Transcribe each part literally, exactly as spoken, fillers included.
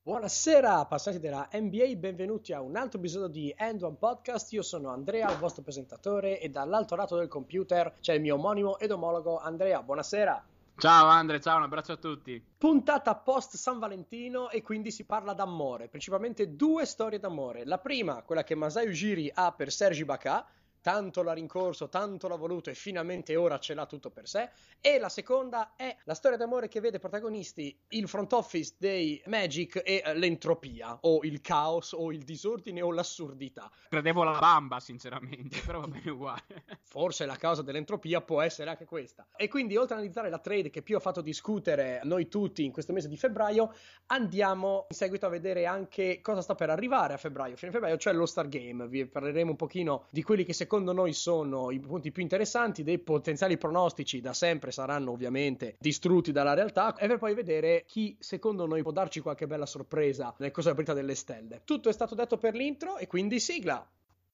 Buonasera, appassionati della N B A, benvenuti a un altro episodio di End One Podcast. Io sono Andrea, il vostro presentatore, e dall'altro lato del computer c'è il mio omonimo ed omologo Andrea. Buonasera. Ciao Andre, ciao, un abbraccio a tutti. Puntata post San Valentino e quindi si parla d'amore, principalmente due storie d'amore. La prima, quella che Masai Ujiri ha per Serge Ibaka, tanto l'ha rincorso, tanto l'ha voluto e finalmente ora ce l'ha tutto per sé. E la seconda è la storia d'amore che vede protagonisti il front office dei Magic e eh, l'entropia, o il caos, o il disordine, o l'assurdità. Credevo la bamba, sinceramente, però va bene uguale. Forse la causa dell'entropia può essere anche questa. E quindi, oltre ad analizzare la trade che più ha fatto discutere noi tutti in questo mese di febbraio, andiamo in seguito a vedere anche cosa sta per arrivare a febbraio, fine febbraio, cioè lo Star Game. Vi parleremo un pochino di quelli che secondo noi sono i punti più interessanti, dei potenziali pronostici da sempre saranno ovviamente distrutti dalla realtà, e per poi vedere chi secondo noi può darci qualche bella sorpresa nel corso della partita delle stelle. Tutto è stato detto per l'intro e quindi sigla!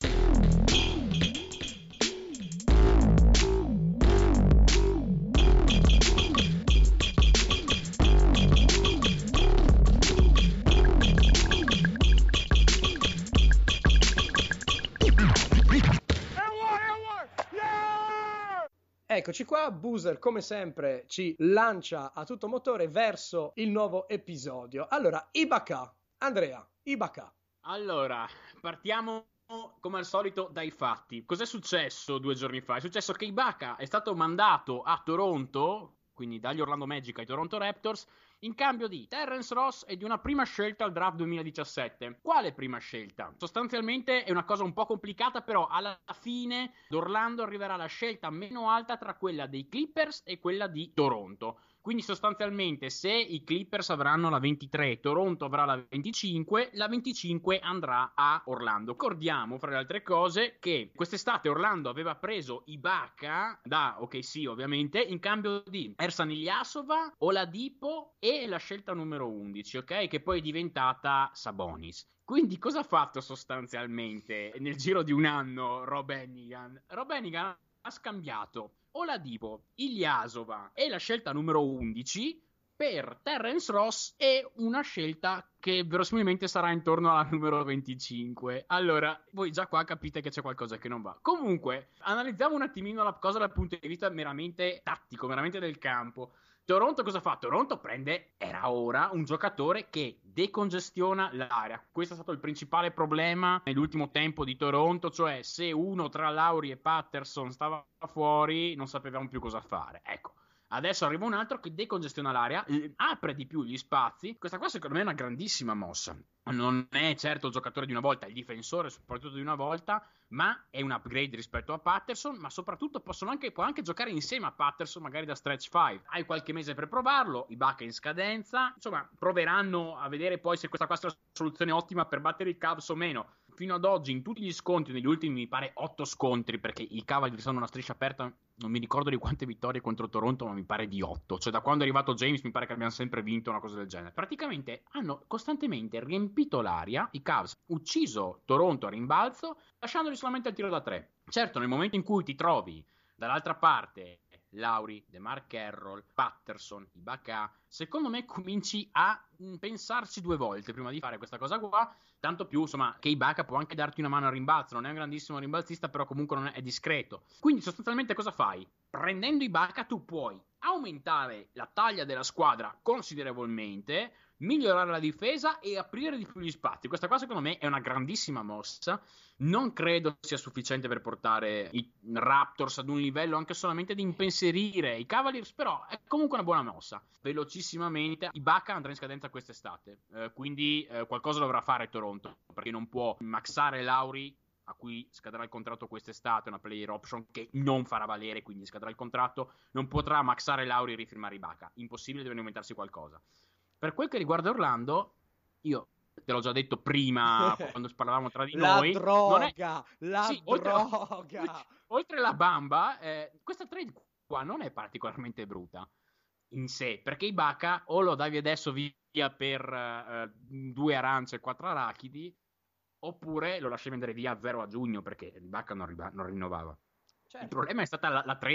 Eccoci qua, Boozer come sempre ci lancia a tutto motore verso il nuovo episodio. Allora, Ibaka, Andrea, Ibaka. Allora, partiamo come al solito dai fatti. Cos'è successo due giorni fa? È successo che Ibaka è stato mandato a Toronto, quindi dagli Orlando Magic ai Toronto Raptors, in cambio di Terrence Ross e di una prima scelta al draft duemiladiciassette. Quale prima scelta? Sostanzialmente è una cosa un po' complicata, però alla fine d'Orlando arriverà la scelta meno alta tra quella dei Clippers e quella di Toronto. Quindi sostanzialmente se i Clippers avranno la ventitré, Toronto avrà la venticinque, la venticinque andrà a Orlando. Ricordiamo, fra le altre cose, che quest'estate Orlando aveva preso Ibaka da O K C ovviamente in cambio di Ersan Ilyasova, Oladipo e la scelta numero undici, ok? Che poi è diventata Sabonis. Quindi cosa ha fatto sostanzialmente nel giro di un anno Rob Hennigan? Rob Hennigan ha scambiato Oladipo, Ilyasova e la scelta numero undici per Terrence Ross e una scelta che verosimilmente sarà intorno alla numero venticinque. Allora, voi già qua capite che c'è qualcosa che non va. Comunque, analizziamo un attimino la cosa dal punto di vista meramente tattico, meramente del campo. Toronto cosa fa? Toronto prende, era ora, un giocatore che decongestiona l'area. Questo è stato il principale problema nell'ultimo tempo di Toronto, cioè se uno tra Lowry e Patterson stava fuori non sapevamo più cosa fare. Ecco, adesso arriva un altro che decongestiona l'area, apre di più gli spazi. Questa qua secondo me è una grandissima mossa. Non è certo il giocatore di una volta, è il difensore soprattutto di una volta, ma è un upgrade rispetto a Patterson, ma soprattutto possono anche, può anche giocare insieme a Patterson magari da stretch cinque. Hai qualche mese per provarlo, Ibaka è in scadenza, insomma proveranno a vedere poi se questa, questa è la soluzione ottima per battere i Cavs o meno. Fino ad oggi in tutti gli scontri, negli ultimi mi pare otto scontri, perché i Cavaliers sono una striscia aperta, non mi ricordo di quante vittorie contro Toronto, ma mi pare di otto, cioè da quando è arrivato James mi pare che abbiamo sempre vinto una cosa del genere. Praticamente hanno costantemente riempito l'aria, i Cavs, ucciso Toronto a rimbalzo, lasciandoli solamente al tiro da tre. Certo, nel momento in cui ti trovi dall'altra parte Lowry, DeMar Carroll, Patterson, Ibaka, secondo me cominci a pensarci due volte prima di fare questa cosa qua, tanto più insomma che Ibaka può anche darti una mano a rimbalzo, non è un grandissimo rimbalzista, però comunque non è, è discreto. Quindi sostanzialmente cosa fai? Prendendo Ibaka tu puoi aumentare la taglia della squadra considerevolmente, migliorare la difesa e aprire di più gli spazi. Questa qua secondo me è una grandissima mossa. Non credo sia sufficiente per portare i Raptors ad un livello anche solamente di impensierire i Cavaliers, però è comunque una buona mossa. Velocissimamente Ibaka andrà in scadenza quest'estate, eh, quindi eh, qualcosa dovrà fare Toronto, perché non può maxare Lowry, a cui scadrà il contratto quest'estate, una player option che non farà valere, quindi scadrà il contratto, non potrà maxare Lowry e rifirmare Ibaka. Impossibile, deve inventarsi qualcosa. Per quel che riguarda Orlando, io te l'ho già detto prima quando parlavamo tra di la noi, droga, non è... la sì, droga. Oltre, oltre la bamba, eh, questa trade qua non è particolarmente brutta in sé, perché Ibaka o lo davi adesso via per eh, due arance e quattro arachidi, oppure lo lasci vendere via a zero a giugno, perché Ibaka non, riba- non rinnovava. Certo. Il problema è stata la, la trade di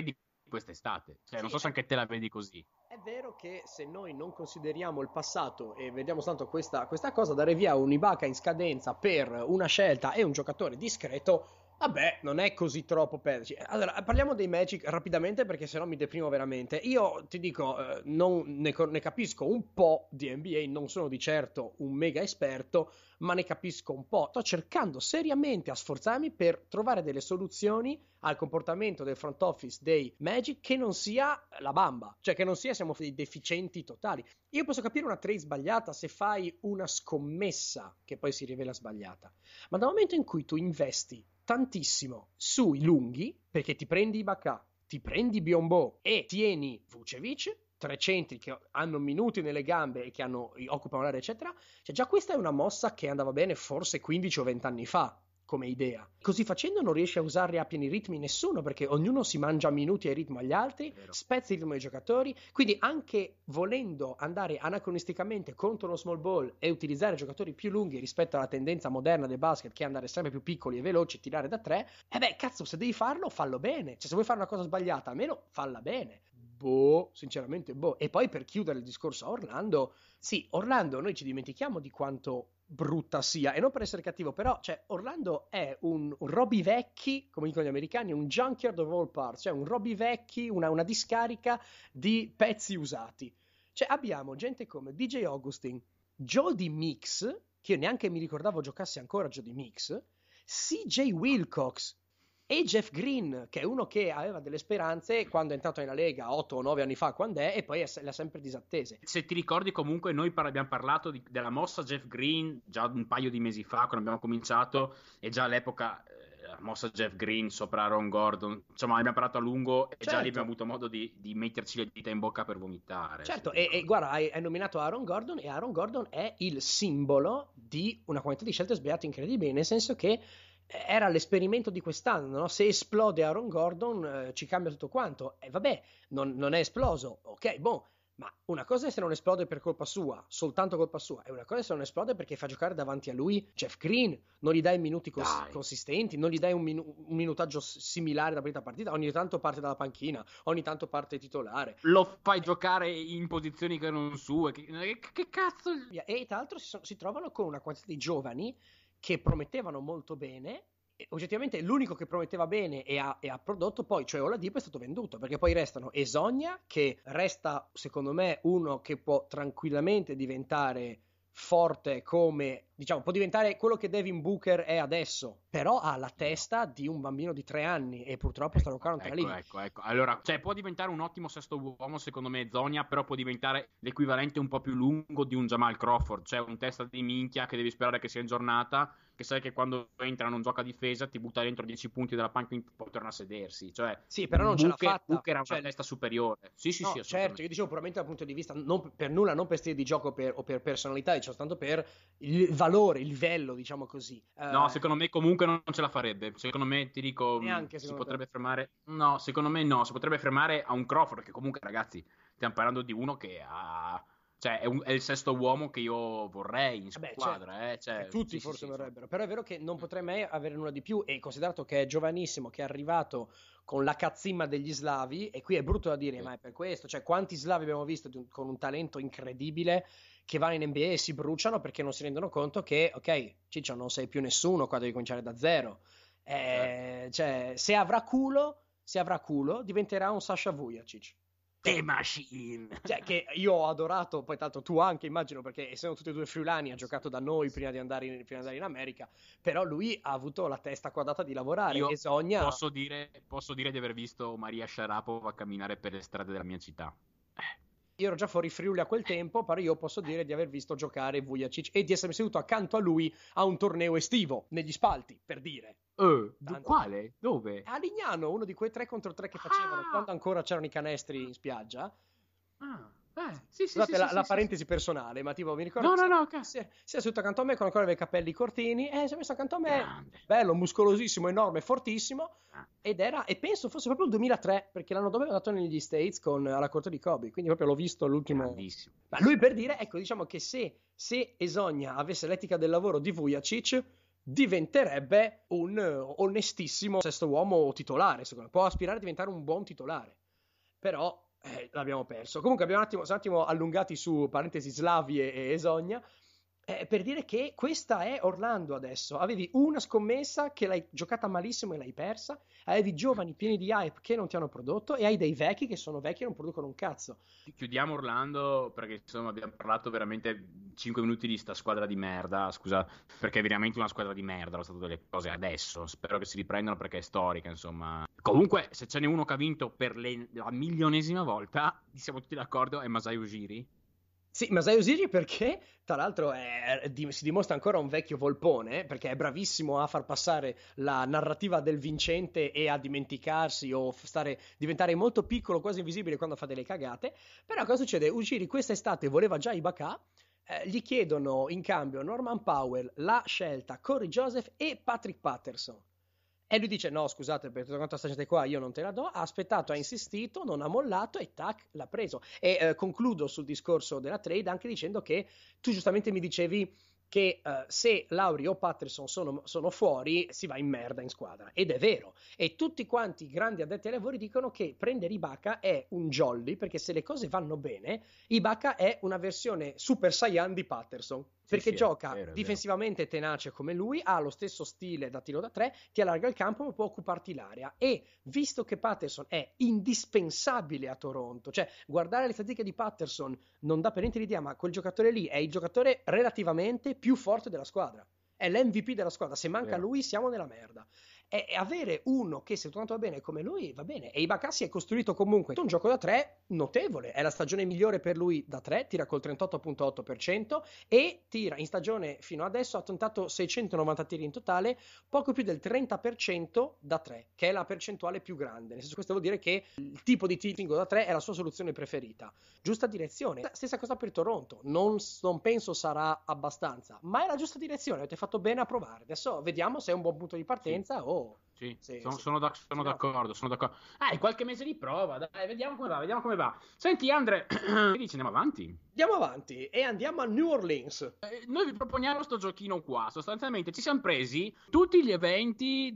quest'estate. Cioè, Sì, non so se è... anche te la vedi così. È vero che se noi non consideriamo il passato e vediamo soltanto questa, questa cosa, dare via un Ibaka in scadenza per una scelta e un giocatore discreto, vabbè, non è così troppo perderci. Allora, parliamo dei Magic rapidamente perché sennò mi deprimo veramente. Io ti dico, eh, non, ne, ne capisco un po' di N B A, non sono di certo un mega esperto, ma ne capisco un po'. Sto cercando seriamente a sforzarmi per trovare delle soluzioni al comportamento del front office dei Magic che non sia la bamba, cioè che non sia siamo dei deficienti totali. Io posso capire una trade sbagliata se fai una scommessa che poi si rivela sbagliata, ma dal momento in cui tu investi tantissimo sui lunghi, perché ti prendi Ibaka, ti prendi Biyombo e tieni Vucevic, tre centri che hanno minuti nelle gambe e che hanno, occupano l'area eccetera, cioè già questa è una mossa che andava bene forse quindici o venti anni fa come idea. Così facendo non riesci a usare a pieni ritmi nessuno, perché ognuno si mangia minuti e ritmo agli altri, spezza il ritmo dei giocatori, quindi anche volendo andare anacronisticamente contro lo small ball e utilizzare giocatori più lunghi rispetto alla tendenza moderna del basket che è andare sempre più piccoli e veloci e tirare da tre, e beh cazzo, se devi farlo fallo bene, cioè se vuoi fare una cosa sbagliata almeno falla bene. Boh, sinceramente boh. E poi per chiudere il discorso a Orlando, sì, Orlando noi ci dimentichiamo di quanto brutta sia, e non per essere cattivo, però cioè Orlando è un, un Roby Vecchi, come dicono gli americani, un junkyard of all parts, cioè un Roby Vecchi, una, una discarica di pezzi usati. Cioè abbiamo gente come D J Augustin, Jody Mix, che io neanche mi ricordavo giocasse ancora Jody Mix, C J Wilcox e Jeff Green, che è uno che aveva delle speranze quando è entrato nella Lega otto o nove anni fa, quando è, e poi le ha sempre disattese. Se ti ricordi, comunque noi par- abbiamo parlato di, della mossa Jeff Green già un paio di mesi fa quando abbiamo cominciato, e già all'epoca eh, la mossa Jeff Green sopra Aaron Gordon, insomma ne abbiamo parlato a lungo e certo. Già lì abbiamo avuto modo di, di metterci le dita in bocca per vomitare. Certo, e, e guarda, hai, hai nominato Aaron Gordon, e Aaron Gordon è il simbolo di una quantità di scelte sbagliate incredibili, nel senso che era l'esperimento di quest'anno, no? Se esplode Aaron Gordon eh, ci cambia tutto quanto, e eh, vabbè, non, non è esploso, ok, boh, ma una cosa è se non esplode per colpa sua, soltanto colpa sua, e una cosa è se non esplode perché fa giocare davanti a lui Jeff Green, non gli dai minuti cos- consistenti, non gli dai un, minu- un minutaggio similare da partita a partita, ogni tanto parte dalla panchina, ogni tanto parte titolare. Lo fai giocare in posizioni che non sue, che, che, che cazzo? E tra l'altro si, so- si trovano con una quantità di giovani che promettevano molto bene, e oggettivamente l'unico che prometteva bene e ha, e ha prodotto poi, cioè Oladipo, è stato venduto, perché poi restano Esogna, che resta secondo me uno che può tranquillamente diventare forte come, diciamo, può diventare quello che Devin Booker è adesso, però ha la testa di un bambino di tre anni e purtroppo sta giocando tra ecco, lì. Ecco, ecco, allora, cioè può diventare un ottimo sesto uomo secondo me Zogna, però può diventare l'equivalente un po' più lungo di un Jamal Crawford, cioè un testa di minchia che devi sperare che sia in giornata, che sai che quando entra non gioca a difesa, ti butta dentro dieci punti dalla panca e poi torna a sedersi, cioè sì, però non Booker, ce l'ha fatta. Booker ha cioè, una testa superiore. Sì, sì, no, sì, certo, io dicevo puramente dal punto di vista, non per nulla, non per stile di gioco per, o per personalità, diciamo soltanto per il valore, il livello, diciamo così. No, uh, secondo me comunque non ce la farebbe. Secondo me, ti dico, neanche, si secondo potrebbe te. fermare. No, secondo me no, si potrebbe fermare a un Crawford, che comunque, ragazzi, stiamo parlando di uno che ha... Cioè, è, un, è il sesto uomo che io vorrei in squadra, Beh, certo, eh. Cioè, che tutti sì, forse sì, vorrebbero, sì. però è vero che non potrei mai avere nulla di più, e considerato che è giovanissimo, che è arrivato con la cazzimma degli slavi, e qui è brutto da dire, Sì. ma è per questo, cioè quanti slavi abbiamo visto di un, con un talento incredibile che vanno in N B A e si bruciano perché non si rendono conto che, ok, Ciccio, non sei più nessuno qua, devi cominciare da zero. Eh, cioè, se avrà culo, se avrà culo, diventerà un Sasha Vujacic. The Machine, cioè, che io ho adorato, poi tanto tu anche immagino, perché essendo tutti e due friulani ha giocato da noi prima di andare in, prima di andare in America, però lui ha avuto la testa quadrata di lavorare. io e Sogna... posso dire, posso dire di aver visto Maria Sharapova camminare per le strade della mia città. Io ero già fuori Friuli a quel tempo, però io posso dire di aver visto giocare Vujacic e di essermi seduto accanto a lui a un torneo estivo negli spalti, per dire. Uh, quale? Dove? A Lignano, uno di quei tre contro tre che facevano ah. quando ancora c'erano i canestri in spiaggia. Ah, eh, sì, sì, Scusate sì, la, sì, la sì, personale sì. personale, ma tipo mi ricordo no, che no, no, si, è, si è seduto accanto a me, con ancora aveva i capelli cortini, e si è messo accanto a me, Grande. bello, muscolosissimo, enorme, fortissimo, ah. ed era, e penso fosse proprio il duemilatré, perché l'anno dopo è andato negli States con, alla corte di Kobe, quindi proprio l'ho visto l'ultimo. Grandissimo. Ma lui, per dire, ecco, diciamo che se, se Esogna avesse l'etica del lavoro di Vujacic, diventerebbe un onestissimo sesto uomo titolare, secondo me. Può aspirare a diventare un buon titolare. però eh, l'abbiamo perso. Comunque abbiamo un attimo, siamo un attimo allungati su parentesi Slavi e, e Esogna. Eh, per dire che questa è Orlando adesso. Avevi una scommessa che l'hai giocata malissimo e l'hai persa, avevi giovani pieni di hype che non ti hanno prodotto e hai dei vecchi che sono vecchi e non producono un cazzo. Chiudiamo Orlando perché insomma abbiamo parlato veramente cinque minuti di sta squadra di merda, scusa, perché è veramente una squadra di merda, lo stato delle cose adesso. Spero che si riprendano perché è storica, insomma. Comunque, se ce n'è uno che ha vinto per le- la milionesima volta, siamo tutti d'accordo, è Masai Ujiri. Sì, Masai Ujiri perché, tra l'altro, è- è- di- si dimostra ancora un vecchio volpone, perché è bravissimo a far passare la narrativa del vincente e a dimenticarsi o f- stare, diventare molto piccolo, quasi invisibile quando fa delle cagate. Però cosa succede? Ujiri quest'estate voleva già Ibaka, eh, gli chiedono in cambio Norman Powell, la scelta, Corey Joseph e Patrick Patterson. E lui dice: No, scusate, per tutta quanta sta gente qua io non te la do. Ha aspettato, ha insistito, non ha mollato e tac, l'ha preso. E eh, concludo sul discorso della trade anche dicendo che tu giustamente mi dicevi che eh, se Lauri o Patterson sono, sono fuori si va in merda in squadra. Ed è vero. E tutti quanti i grandi addetti ai lavori dicono che prendere Ibaka è un jolly, perché se le cose vanno bene, Ibaka è una versione Super Saiyan di Patterson. Sì, Perché sì, è gioca vero, è vero. difensivamente tenace come lui, ha lo stesso stile da tiro da tre, ti allarga il campo ma può occuparti l'area. E visto che Patterson è indispensabile a Toronto, cioè guardare le statistiche di Patterson non dà per niente l'idea, ma quel giocatore lì è il giocatore relativamente più forte della squadra. È l'M V P della squadra. Se manca Vero. lui siamo nella merda. E e avere uno che se tutto va bene come lui va bene. E Ibaka si è costruito comunque un gioco da tre notevole. È la stagione migliore per lui da tre, tira col trentotto virgola otto per cento e tira in stagione fino adesso ha tentato seicentonovanta tiri in totale, poco più del trenta per cento da tre, che è la percentuale più grande. Nel senso, questo vuol dire che il tipo di tiro singolo da tre è la sua soluzione preferita. Giusta direzione. Stessa cosa per Toronto. Non, non penso sarà abbastanza, ma è la giusta direzione. Avete fatto bene a provare. Adesso vediamo se è un buon punto di partenza Sì. o Sì, se, sono, se... sono d'ac- sono no. d'accordo, sono d'accordo. Ah, è qualche mese di prova, dai, vediamo come va, vediamo come va. Senti, Andre, che dici, andiamo avanti? Andiamo avanti e andiamo a New Orleans. Eh, noi vi proponiamo sto giochino qua. Sostanzialmente ci siamo presi tutti gli eventi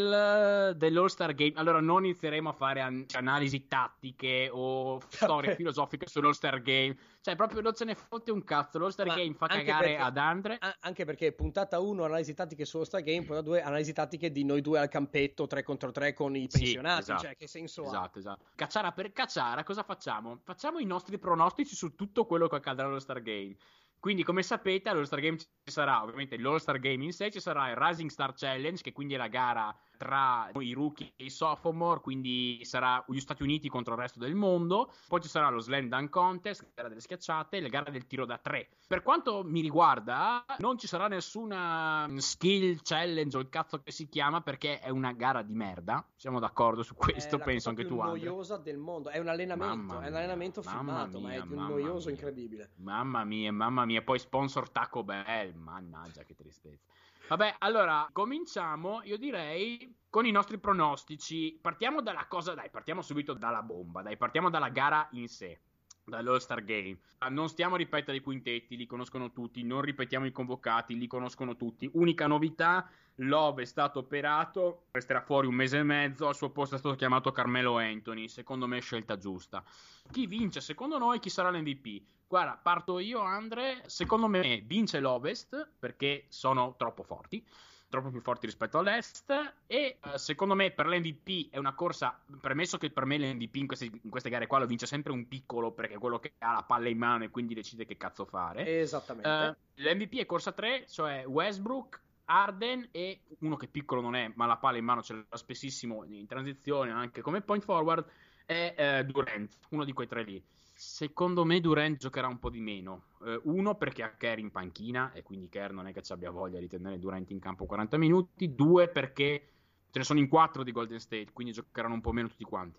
del, dell'All-Star Game. Allora non inizieremo a fare an- analisi tattiche o storie filosofiche sull'All-Star Game. Cioè proprio non ce ne fotte un cazzo. L'All-Star Ma Game fa anche cagare perché- ad Andre. a- anche perché puntata uno analisi tattiche sullo Star Game, puntata due analisi tattiche di noi due al campetto tre contro tre con i Sì, pensionati, esatto, cioè che senso ha? esatto, esatto. Cacciara per cacciara, cosa facciamo? Facciamo i nostri pronostici su tutto quello che accadrà all'All-Star Game. Quindi, come sapete, all'All-Star Game ci sarà ovviamente l'All-Star Game in sé, ci sarà il Rising Star Challenge, che quindi è la gara tra i rookie e i sophomore, quindi sarà gli Stati Uniti contro il resto del mondo. Poi ci sarà lo Slam Dunk Contest, la gara delle schiacciate, e la gara del tiro da tre. Per quanto mi riguarda, non ci sarà nessuna skill challenge o il cazzo che si chiama, perché è una gara di merda. Siamo d'accordo su questo, È la penso cosa anche più tu, Andre. noiosa del mondo. È un allenamento, Mamma è un mia, allenamento mamma filmato, ma è mia, di un mamma noioso mia. incredibile. Mamma mia, mamma mia, poi sponsor Taco Bell, mannaggia che tristezza. Vabbè, allora, cominciamo, io direi, con i nostri pronostici. Partiamo dalla cosa, dai, partiamo subito dalla bomba, dai, partiamo dalla gara in sé, dall'All-Star Game. Non stiamo a ripetere i quintetti, li conoscono tutti, non ripetiamo i convocati, li conoscono tutti. Unica novità, Love è stato operato, resterà fuori un mese e mezzo, al suo posto è stato chiamato Carmelo Anthony, secondo me scelta giusta. Chi vince secondo noi, chi sarà l'M V P? Guarda, parto io, Andre. Secondo me vince l'Ovest perché sono troppo forti, troppo più forti rispetto all'Est. E eh, secondo me per l'M V P è una corsa. Premesso che per me l'M V P in queste, in queste gare qua lo vince sempre un piccolo, perché è quello che ha la palla in mano e quindi decide che cazzo fare. Esattamente. Eh, L'M V P è corsa tre, cioè Westbrook, Harden e uno che piccolo non è, ma la palla in mano ce l'ha spessissimo in transizione, anche come point forward, è eh, Durant, uno di quei tre lì. Secondo me Durant giocherà un po' di meno. Uh, uno perché ha Kerr in panchina e quindi Kerr non è che ci abbia voglia di tenere Durant in campo quaranta minuti. Due perché ce ne sono in quattro di Golden State, quindi giocheranno un po' meno tutti quanti.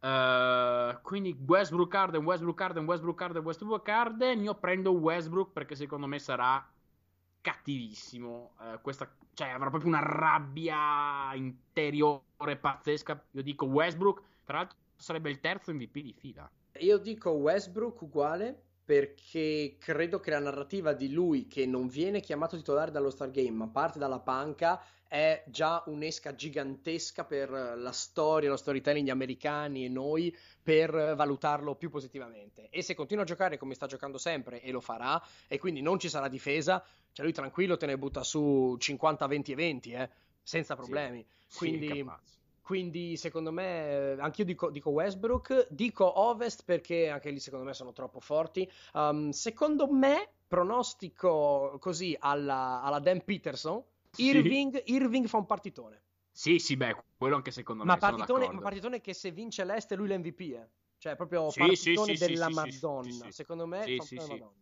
Uh, quindi Westbrook Harden, Westbrook Harden, Westbrook Harden, Westbrook Harden. Io prendo Westbrook perché secondo me sarà cattivissimo. Uh, questa, cioè avrà proprio una rabbia interiore pazzesca. Io dico Westbrook, tra l'altro sarebbe il terzo M V P di fila. Io dico Westbrook uguale, perché credo che la narrativa di lui che non viene chiamato titolare dallo Star Game ma parte dalla panca è già un'esca gigantesca per la storia, lo storytelling di americani e noi per valutarlo più positivamente. E se continua a giocare come sta giocando sempre, e lo farà, e quindi non ci sarà difesa, cioè lui tranquillo te ne butta su cinquanta venti e venti, eh, senza problemi. Sì, Quindi... sì, capace. Quindi secondo me, anch'io dico, dico Westbrook, dico Ovest perché anche lì secondo me sono troppo forti. Um, secondo me, pronostico così alla, alla Dan Peterson, Sì. Irving, Irving fa un partitone. Sì, sì, beh, quello anche secondo Ma me, sono partitone, ma d'accordo. partitone che se vince l'Est lui l'M V P, eh. Cioè proprio Sì, sì, partitone sì, sì, della sì, sì, sì, Madonna. sì. Secondo me Sì, fa un sì, partitone sì. della Madonna.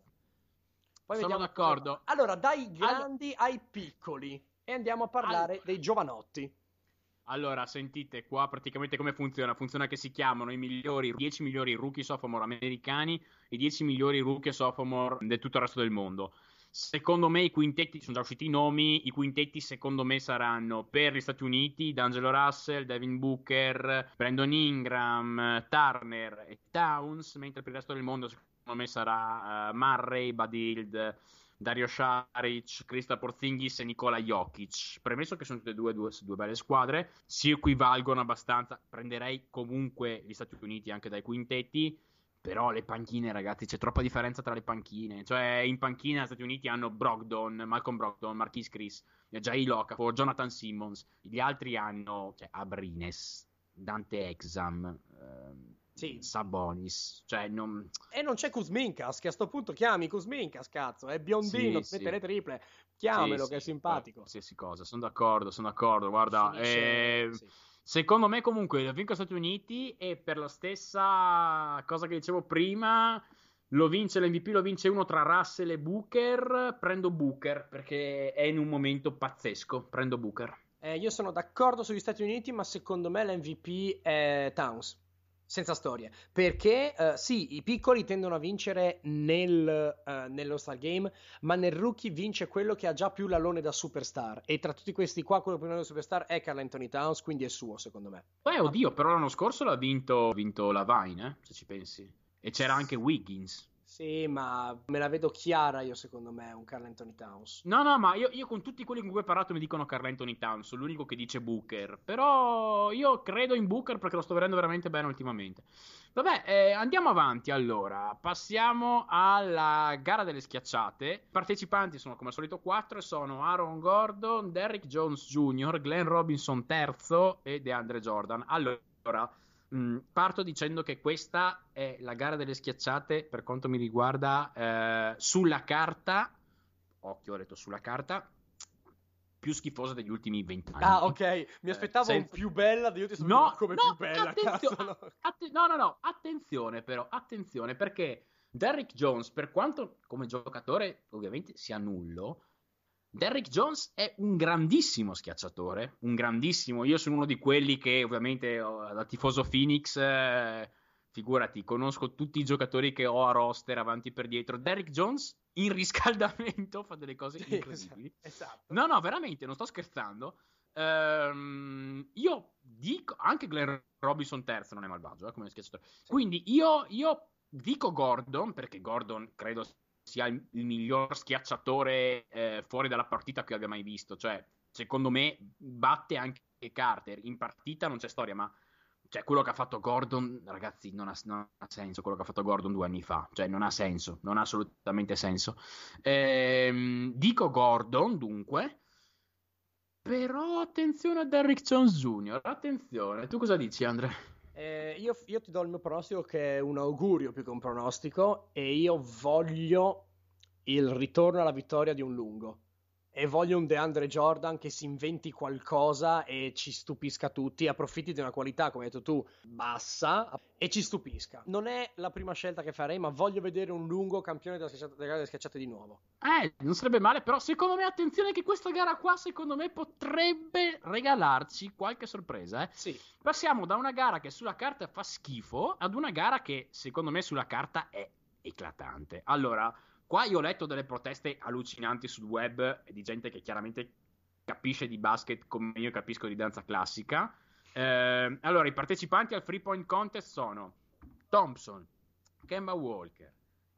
Poi Sono vediamo come va. d'accordo. Allora, dai Allo- grandi ai piccoli. E andiamo a parlare allora. dei giovanotti. Allora, sentite qua praticamente come funziona. Funziona che si chiamano i migliori, dieci migliori rookie sophomore americani e dieci migliori rookie sophomore di tutto il resto del mondo. Secondo me i quintetti, sono già usciti i nomi, i quintetti secondo me saranno per gli Stati Uniti D'Angelo Russell, Devin Booker, Brandon Ingram, Turner e Towns, mentre per il resto del mondo secondo me sarà uh, Murray, Badild, Dario Saric, Kristaps Porzingis e Nikola Jokic. Premesso che sono tutte e due, due, due belle squadre, si equivalgono abbastanza. Prenderei comunque gli Stati Uniti anche dai quintetti, però le panchine, ragazzi, c'è troppa differenza tra le panchine. Cioè, in panchina gli Stati Uniti hanno Brogdon, Malcolm Brogdon, Marquise Chris, Jai Okafor, Jonathan Simmons. Gli altri hanno, cioè, Abrines, Dante Exum, ehm, Sì. Sabonis, cioè non... E non c'è Kuzminkas, che a sto punto chiami Kuzminkas, cazzo, è biondino, Sì, ti mette sì. le triple, chiamelo Sì, che è sì, simpatico. qualsiasi cosa, sono d'accordo, sono d'accordo. Guarda, Finisce, eh, sì. secondo me comunque lo vinco Stati Uniti e per la stessa cosa che dicevo prima, lo vince l'M V P, lo vince uno tra Russell e Booker, prendo Booker perché è in un momento pazzesco, prendo Booker. Eh, io sono d'accordo sugli Stati Uniti, ma secondo me l'M V P è Towns. Senza storie, perché eh, sì, i piccoli tendono a vincere nel, eh, nello Star Game, ma nel rookie vince quello che ha già più l'alone da superstar. E tra tutti questi qua, quello più l'alone da superstar è Karl Anthony Towns, quindi è suo, secondo me. Beh, oddio, però l'anno scorso l'ha vinto, vinto Lavine, eh, se ci pensi. E c'era anche Wiggins. Sì, ma me la vedo chiara io, secondo me, un Karl Anthony Towns. No, no, ma io, io con tutti quelli con cui ho parlato mi dicono Karl Anthony Towns, sono l'unico che dice Booker. Però io credo in Booker perché lo sto vedendo veramente bene ultimamente. Vabbè, eh, andiamo avanti allora. Passiamo alla gara delle schiacciate. I partecipanti sono come al solito quattro e sono Aaron Gordon, Derrick Jones Junior, Glenn Robinson terzo e DeAndre Jordan. Allora... Mm, parto dicendo che questa è la gara delle schiacciate per quanto mi riguarda eh, sulla carta, occhio ho detto sulla carta, più schifosa degli ultimi vent'anni. Ah, ok, mi aspettavo eh, un più bella, io ti no, come no, più bella, attenzio- cazzo, no. att- no, no, no, attenzione però, attenzione perché Derrick Jones, per quanto come giocatore ovviamente sia nullo, Derrick Jones è un grandissimo schiacciatore, un grandissimo. Io sono uno di quelli che ovviamente da tifoso Phoenix, eh, figurati, conosco tutti i giocatori che ho a roster avanti per dietro. Derrick Jones in riscaldamento fa delle cose Sì, incredibili. esatto. No, no, veramente, non sto scherzando. Ehm, io dico, anche Glenn Robinson terzo non è malvagio, eh, come schiacciatore. Sì. Quindi io, io dico Gordon, perché Gordon credo sia il, il miglior schiacciatore eh, fuori dalla partita che abbia mai visto. Cioè, secondo me, batte anche Carter. In partita non c'è storia, ma cioè, quello che ha fatto Gordon, ragazzi, non ha, non ha senso. Quello che ha fatto Gordon due anni fa. Cioè, non ha senso. Non ha assolutamente senso. Ehm, dico Gordon, dunque. Però attenzione a Derrick Jones Junior Attenzione. Tu cosa dici, Andre? Eh, io, io ti do il mio pronostico che è un augurio più che un pronostico e io voglio il ritorno alla vittoria di un lungo e voglio un DeAndre Jordan che si inventi qualcosa e ci stupisca tutti, approfitti di una qualità, come hai detto tu, bassa e ci stupisca. Non è la prima scelta che farei, ma voglio vedere un lungo campione della schiacciata- delle gare schiacciate di nuovo. Eh, non sarebbe male, però secondo me, attenzione che questa gara qua, secondo me, potrebbe regalarci qualche sorpresa, eh. Sì. Passiamo da una gara che sulla carta fa schifo ad una gara che, secondo me, sulla carta è eclatante. Allora, qua io ho letto delle proteste allucinanti sul web di gente che chiaramente capisce di basket come io capisco di danza classica. Eh, allora, i partecipanti al Free Point Contest sono Thompson, Kemba Walker,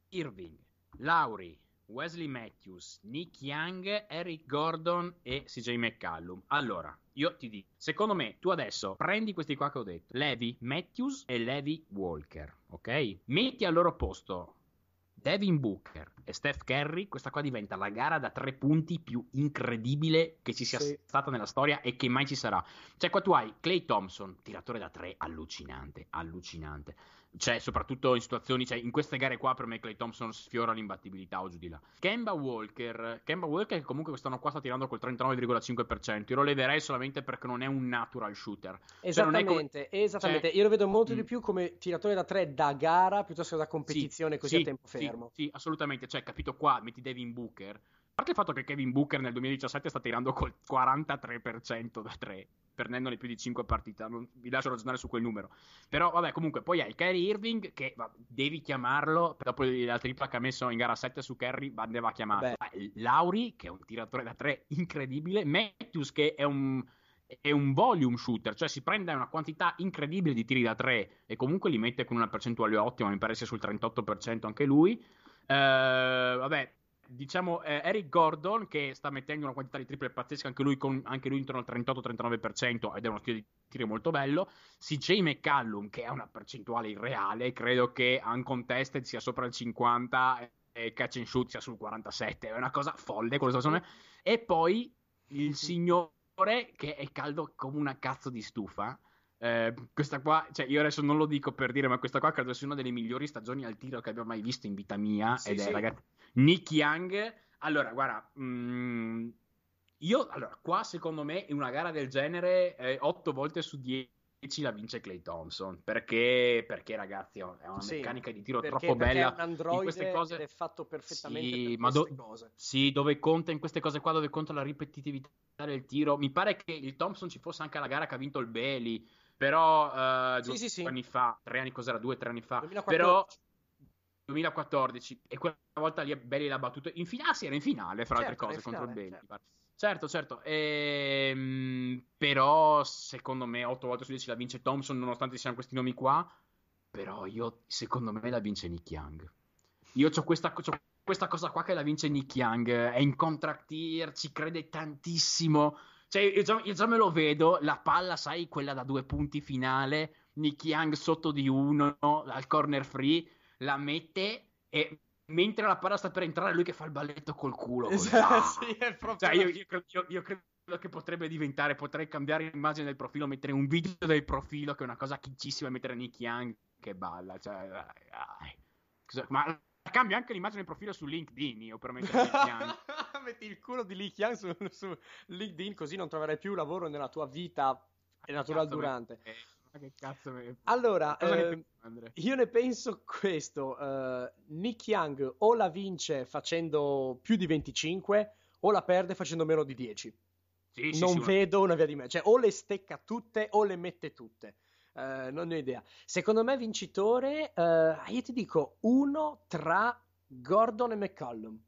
Irving, Lowry, Wesley Matthews, Nick Young, Eric Gordon e C J McCallum. Allora, io ti dico, secondo me tu adesso prendi questi qua che ho detto, Levi Matthews e Levi Walker, ok? Metti al loro posto Devin Booker e Steph Curry, questa qua diventa la gara da tre punti più incredibile che ci sia sì. stata nella storia e che mai ci sarà. Cioè qua tu hai Klay Thompson, tiratore da tre allucinante, allucinante. Cioè soprattutto in situazioni, cioè in queste gare qua per me Klay Thompson sfiora l'imbattibilità o giù di là. Kemba Walker, Kemba Walker che comunque quest'anno qua sta tirando col trentanove virgola cinque per cento, io lo leverei solamente perché non è un natural shooter. Esattamente, cioè come... esattamente. Cioè... Io lo vedo molto mm. di più come tiratore da tre da gara piuttosto che da competizione, sì, così sì, a tempo fermo. Sì, sì, assolutamente, cioè capito qua, metti Devin Booker. A parte il fatto che Kevin Booker nel duemiladiciassette sta tirando col quarantatré per cento da tre, perdendone più di cinque partite, non vi lascio ragionare su quel numero. Però vabbè, comunque poi hai Kyrie Irving che va, devi chiamarlo, dopo la tripla che ha messo in gara sette su Curry andava chiamato. Lowry che è un tiratore da tre incredibile, Matthews che è un è un volume shooter, cioè si prende una quantità incredibile di tiri da tre e comunque li mette con una percentuale ottima, mi pare sia sul trentotto per cento anche lui. Eh, vabbè, diciamo eh, Eric Gordon che sta mettendo una quantità di triple pazzesca, anche lui con anche lui intorno al trentotto trentanove per cento ed è uno stile di tiro molto bello. C J McCallum che ha una percentuale irreale, credo che uncontested sia sopra il cinquanta e catch and shoot sia sul quarantasette, è una cosa folle quello che sta facendo. E poi il signor che è caldo come una cazzo di stufa. Eh, questa qua, cioè io adesso non lo dico per dire, ma questa qua credo sia una delle migliori stagioni al tiro che abbia mai visto in vita mia. Sì, ed è, sì. Ragazzi, Nick Young. Allora, guarda, mh, io, allora, qua secondo me in una gara del genere, eh, otto volte su dieci la vince Klay Thompson. Perché, perché ragazzi, è una sì, meccanica di tiro perché, troppo perché bella. È un androide in queste cose ed è fatto perfettamente sì, per ma queste do- cose. Sì, dove conta in queste cose qua, dove conta la ripetitività del tiro. Mi pare che il Thompson ci fosse anche alla gara che ha vinto il Bailey, però uh, sì, due sì, sì. anni fa, tre anni cos'era, due tre anni fa, duemilaquattordici. Però duemilaquattordici e quella volta lì Bailey l'ha battuto in finale, ah, sì, era in finale fra certo, altre cose finale, contro il Bailey. Certo, certo, certo. Ehm, però secondo me otto volte su dieci la vince Thompson, nonostante ci siano questi nomi qua. Però io secondo me la vince Nick Young. Io c'ho questa c'ho questa cosa qua che la vince Nick Young, è in contract year, ci crede tantissimo, cioè io già, io già me lo vedo, la palla sai quella da due punti finale, Nick Young sotto di uno al corner free, la mette e mentre la palla sta per entrare lui che fa il balletto col culo, esatto, sì, è proprio cioè, io, io, credo, io, io credo che potrebbe diventare, potrei cambiare l'immagine del profilo, mettere un video del profilo che è una cosa chicissima, mettere Nick Young che balla, cioè dai. Ma cambia anche l'immagine del profilo su LinkedIn, io per mettere Nick Young. Metti il culo di Nick Young su, su LinkedIn, così non troverai più lavoro nella tua vita natural durante. Me... Eh, che cazzo me... Allora, eh, ne io ne penso questo, uh, Nick Young o la vince facendo più di venticinque o la perde facendo meno di dieci. Sì, sì, non sì, vedo una... una via di mezzo, cioè o le stecca tutte o le mette tutte. Uh, non ne ho idea. Secondo me vincitore, uh, io ti dico uno tra Gordon e McCallum.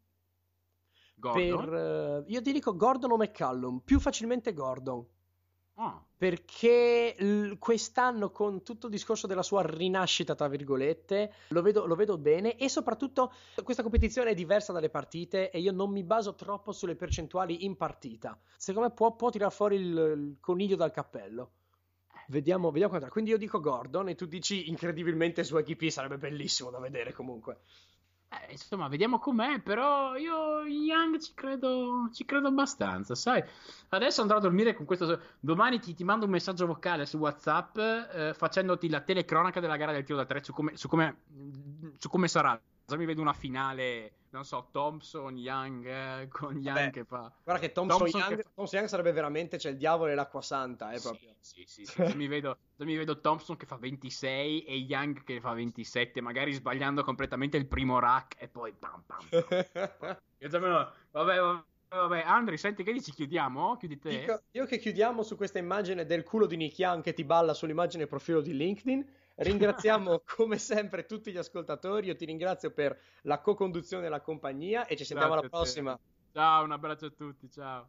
Gordon? Per, uh, io ti dico Gordon o McCallum, più facilmente Gordon. Oh. Perché l- quest'anno con tutto il discorso della sua rinascita tra virgolette lo vedo, lo vedo bene, e soprattutto questa competizione è diversa dalle partite e io non mi baso troppo sulle percentuali in partita. Secondo me può, può tirare fuori il, il coniglio dal cappello. Vediamo, vediamo quanto. Quindi io dico Gordon e tu dici incredibilmente su A K P, sarebbe bellissimo da vedere comunque. Eh, insomma, vediamo com'è, però io Young ci credo, ci credo abbastanza, sai. Adesso andrò a dormire con questo. Domani ti, ti mando un messaggio vocale su WhatsApp eh, facendoti la telecronaca della gara del tiro da tre su come, su come, su come sarà. Già mi vedo una finale, non so, Thompson, Young, eh, con Young Vabbè, che fa... Guarda che Thompson, Thompson Young, che fa... Thompson Young sarebbe veramente, c'è cioè, il diavolo e l'acqua santa, eh, proprio. Sì, sì, sì, sì. mi, vedo, mi vedo Thompson che fa ventisei e Young che fa ventisette, magari sbagliando completamente il primo rack e poi pam pam. pam. Io già me lo... Vabbè, vabbè. Vabbè, Andri, senti, che dici? Chiudiamo? Chiudi te? Dico, io che chiudiamo su questa immagine del culo di Nick Young che ti balla sull'immagine profilo di LinkedIn. Ringraziamo come sempre tutti gli ascoltatori. Io ti ringrazio per la co-conduzione e la compagnia e ci sentiamo Grazie alla prossima. Ciao, un abbraccio a tutti, ciao.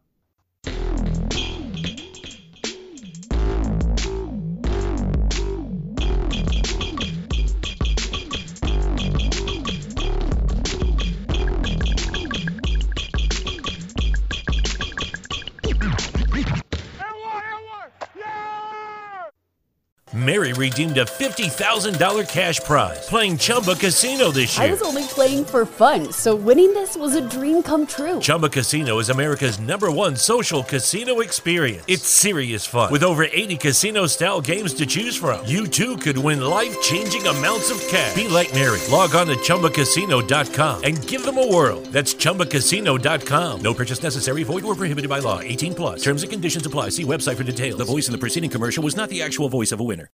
Mary redeemed a fifty thousand dollars cash prize playing Chumba Casino this year. I was only playing for fun, so winning this was a dream come true. Chumba Casino is America's number one social casino experience. It's serious fun. With over eighty casino-style games to choose from, you too could win life-changing amounts of cash. Be like Mary. Log on to Chumba Casino dot com and give them a whirl. That's Chumba Casino dot com. No purchase necessary. Void or prohibited by law. eighteen plus. Terms and conditions apply. See website for details. The voice in the preceding commercial was not the actual voice of a winner.